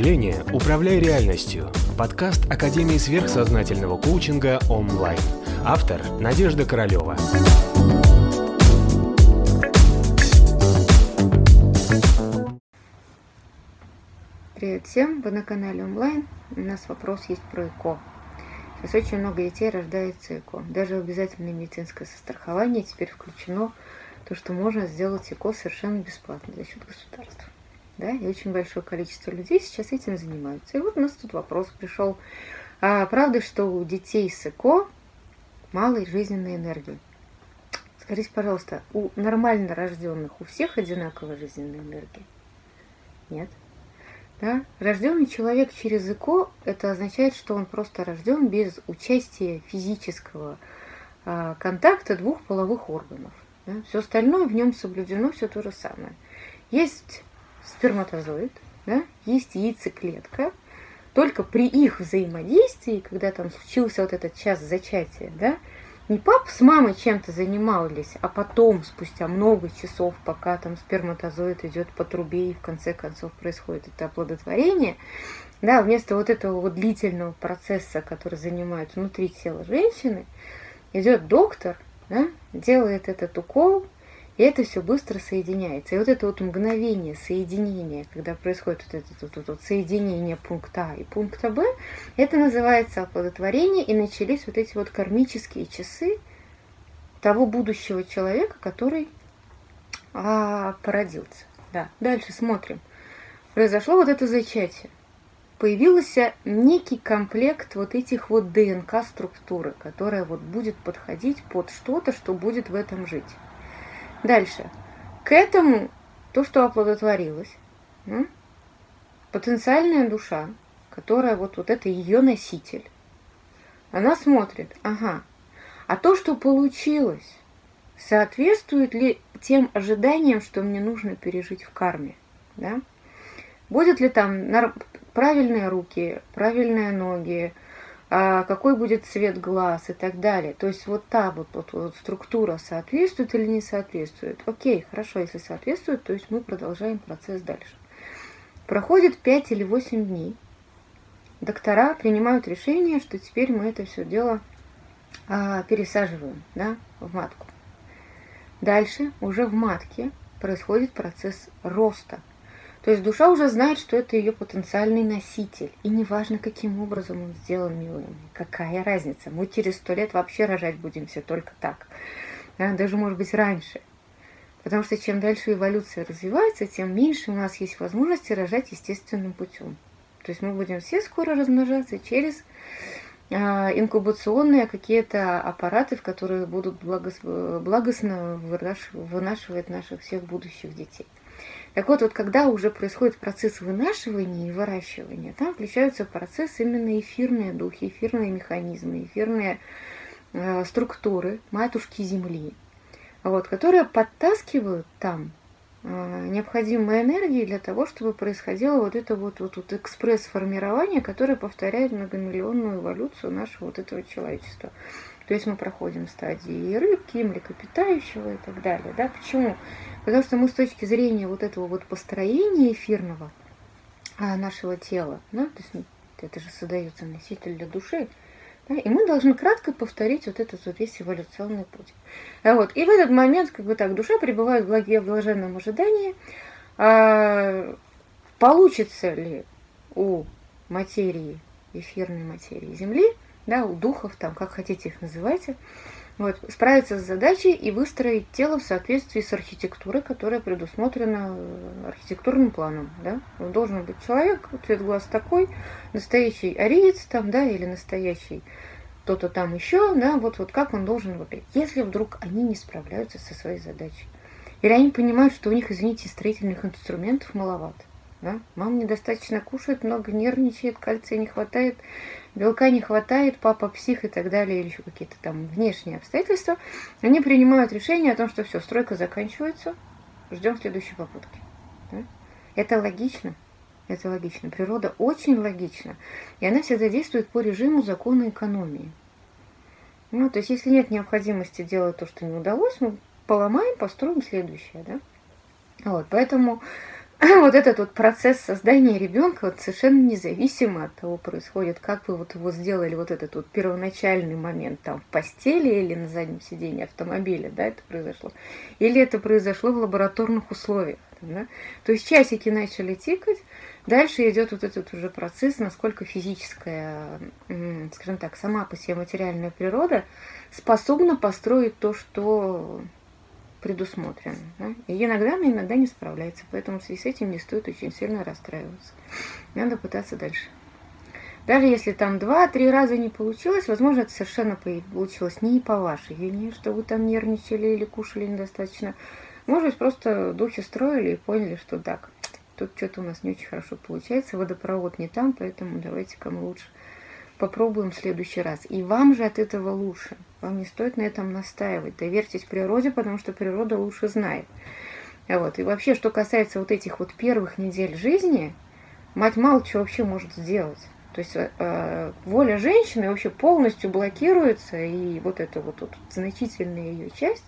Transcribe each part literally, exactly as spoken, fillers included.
мышления «Управляй реальностью» – подкаст Академии сверхсознательного коучинга онлайн. Автор – Надежда Королева. Привет всем! Вы на канале онлайн. У нас вопрос есть про ЭКО. Сейчас очень много детей рождается ЭКО. Даже в обязательное медицинское застрахование теперь включено то, что можно сделать ЭКО совершенно бесплатно за счет государства. Да? И очень большое количество людей сейчас этим занимаются. И вот у нас тут вопрос пришел. А правда, что у детей с ЭКО малой жизненной энергии? Скажите, пожалуйста, у нормально рожденных у всех одинаковая жизненная энергия? Нет. Да? Рожденный человек через ЭКО, это означает, что он просто рожден без участия физического а, контакта двух половых органов. Да? Все остальное в нем соблюдено, все то же самое. Есть сперматозоид, да? Есть яйцеклетка. Только при их взаимодействии, когда там случился вот этот час зачатия, да, не папа с мамой чем-то занимались, а потом, спустя много часов, пока там сперматозоид идет по трубе и в конце концов происходит это оплодотворение, да, вместо вот этого вот длительного процесса, который занимает внутри тела женщины, идет доктор, да, делает этот укол, и это все быстро соединяется. И вот это вот мгновение соединения, когда происходит вот это вот, вот, вот соединение пункта А и пункта Б, это называется оплодотворение, и начались вот эти вот кармические часы того будущего человека, который а, породился. Да. Дальше смотрим. Произошло вот это зачатие. Появился некий комплект вот этих вот ДНК-структуры, которая вот будет подходить под что-то, что будет в этом жить. Дальше. К этому то, что оплодотворилось, ну, потенциальная душа, которая вот, вот это ее носитель, она смотрит, ага, а то, что получилось, соответствует ли тем ожиданиям, что мне нужно пережить в карме, да? Будет ли там правильные руки, правильные ноги, какой будет цвет глаз и так далее. То есть вот та вот, вот, вот структура соответствует или не соответствует. Окей, хорошо, если соответствует, то есть мы продолжаем процесс дальше. Проходит пять или восемь дней. Доктора принимают решение, что теперь мы это все дело а, пересаживаем, да, в матку. Дальше уже в матке происходит процесс роста. То есть душа уже знает, что это ее потенциальный носитель. И неважно, каким образом он сделан, милый мой. Какая разница? Мы через сто лет вообще рожать будем все только так. Да, даже, может быть, раньше. Потому что чем дальше эволюция развивается, тем меньше у нас есть возможности рожать естественным путем. То есть мы будем все скоро размножаться через а, инкубационные какие-то аппараты, в которые будут благос... благостно вынашивать наших всех будущих детей. Так вот, вот когда уже происходит процесс вынашивания и выращивания, там включаются процессы именно эфирные духи, эфирные механизмы, эфирные э, структуры матушки Земли, вот, которые подтаскивают там э, необходимые энергии для того, чтобы происходило вот это вот, вот, вот экспресс-формирование, которое повторяет многомиллионную эволюцию нашего вот этого человечества. То есть мы проходим стадии рыбки, млекопитающего и так далее. Да? Почему? Потому что мы с точки зрения вот этого вот построения эфирного а, нашего тела, да, то есть это же создается носитель для души, да, и мы должны кратко повторить вот этот вот весь эволюционный путь. А вот, и в этот момент, как бы так, душа пребывает в благе, в блаженном ожидании, а, получится ли у материи, эфирной материи Земли, да, у духов, там, как хотите их называйте, вот, справиться с задачей и выстроить тело в соответствии с архитектурой, которая предусмотрена архитектурным планом. Да? Должен быть человек, цвет глаз такой, настоящий ариец там, да, или настоящий кто-то там еще, да, вот, вот как он должен выглядеть. Если вдруг они не справляются со своей задачей, или они понимают, что у них, извините, строительных инструментов маловато. Да? Мама недостаточно кушает, много нервничает, кальция не хватает, белка не хватает, папа псих и так далее, или еще какие-то там внешние обстоятельства, они принимают решение о том, что все, стройка заканчивается, ждем следующей попытки. Да? Это логично. Это логично. Природа очень логична. И она всегда действует по режиму закона экономии. Ну, то есть, если нет необходимости делать то, что не удалось, мы поломаем, построим следующее. Да? Вот, поэтому вот этот вот процесс создания ребенка вот совершенно независимо от того, происходит, как вы вот его сделали, вот этот вот первоначальный момент там в постели или на заднем сидении автомобиля, да, это произошло, или это произошло в лабораторных условиях, да? То есть часики начали тикать, дальше идет вот этот уже процесс, насколько физическая, скажем так, сама по себе материальная природа способна построить то, что предусмотрено. Да? И иногда она иногда не справляется, поэтому в связи с этим не стоит очень сильно расстраиваться. Надо пытаться дальше. Даже если там два-три раза не получилось, возможно, это совершенно получилось не по вашей вине, что вы там нервничали или кушали недостаточно. Может быть, просто духи строили и поняли, что так, тут что-то у нас не очень хорошо получается, водопровод не там, поэтому давайте-ка мы лучше попробуем в следующий раз. И вам же от этого лучше. Вам не стоит на этом настаивать. Доверьтесь природе, потому что природа лучше знает. Вот. И вообще, что касается вот этих вот первых недель жизни, мать мало чего вообще может сделать. То есть э, воля женщины вообще полностью блокируется, и вот эта вот, вот значительная ее часть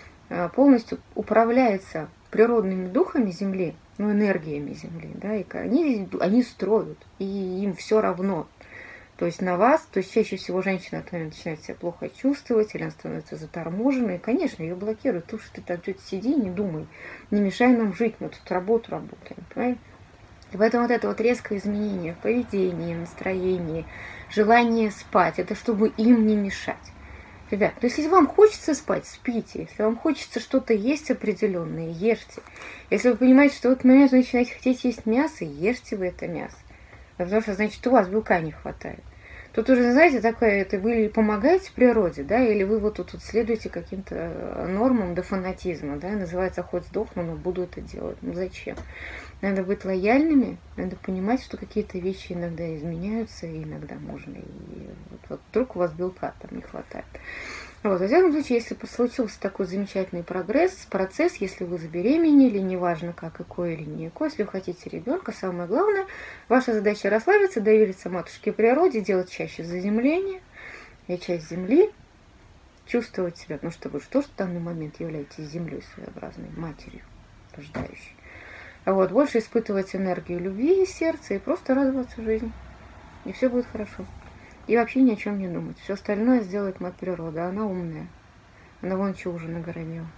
э, полностью управляется природными духами Земли, ну, энергиями Земли, да, и они, они строят, и им все равно. То есть на вас, то есть чаще всего женщина начинает себя плохо чувствовать, или она становится заторможенной, и, конечно, ее блокируют. Потому что ты там тут сиди, не думай, не мешай нам жить, мы тут работу работаем, понимаете? И поэтому вот это вот резкое изменение в поведении, настроении, желание спать, это чтобы им не мешать. Ребят, то есть если вам хочется спать, спите. Если вам хочется что-то есть определенное, ешьте. Если вы понимаете, что в этот момент вы начинаете хотеть есть мясо, ешьте вы это мясо. Потому что, значит, у вас белка не хватает. Тут уже, знаете, такое, это вы помогаете природе, да, или вы вот тут вот следуете каким-то нормам до фанатизма, да, называется «хоть сдохну, но буду это делать». Ну зачем? Надо быть лояльными, надо понимать, что какие-то вещи иногда изменяются, и иногда можно, и вот, вот вдруг у вас белка там не хватает. Вот, во всяком случае, если случился такой замечательный прогресс, процесс, если вы забеременели, неважно как, эко или не эко, если вы хотите ребенка, самое главное, ваша задача расслабиться, довериться матушке природе, делать чаще заземление, я часть земли, чувствовать себя, потому что вы же тоже в данный момент являетесь землей своеобразной, матерью, рождающей. А вот, больше испытывать энергию любви из сердца и просто радоваться жизни. И все будет хорошо. И вообще ни о чем не думать. Все остальное сделает мать природа. Она умная. Она вон чего уже нагоромела.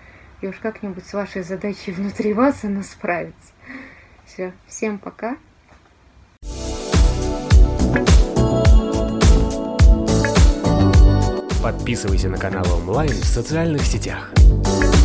И уж как-нибудь с вашей задачей внутри вас она справится. Все. Всем пока. Подписывайся на канал онлайн в социальных сетях.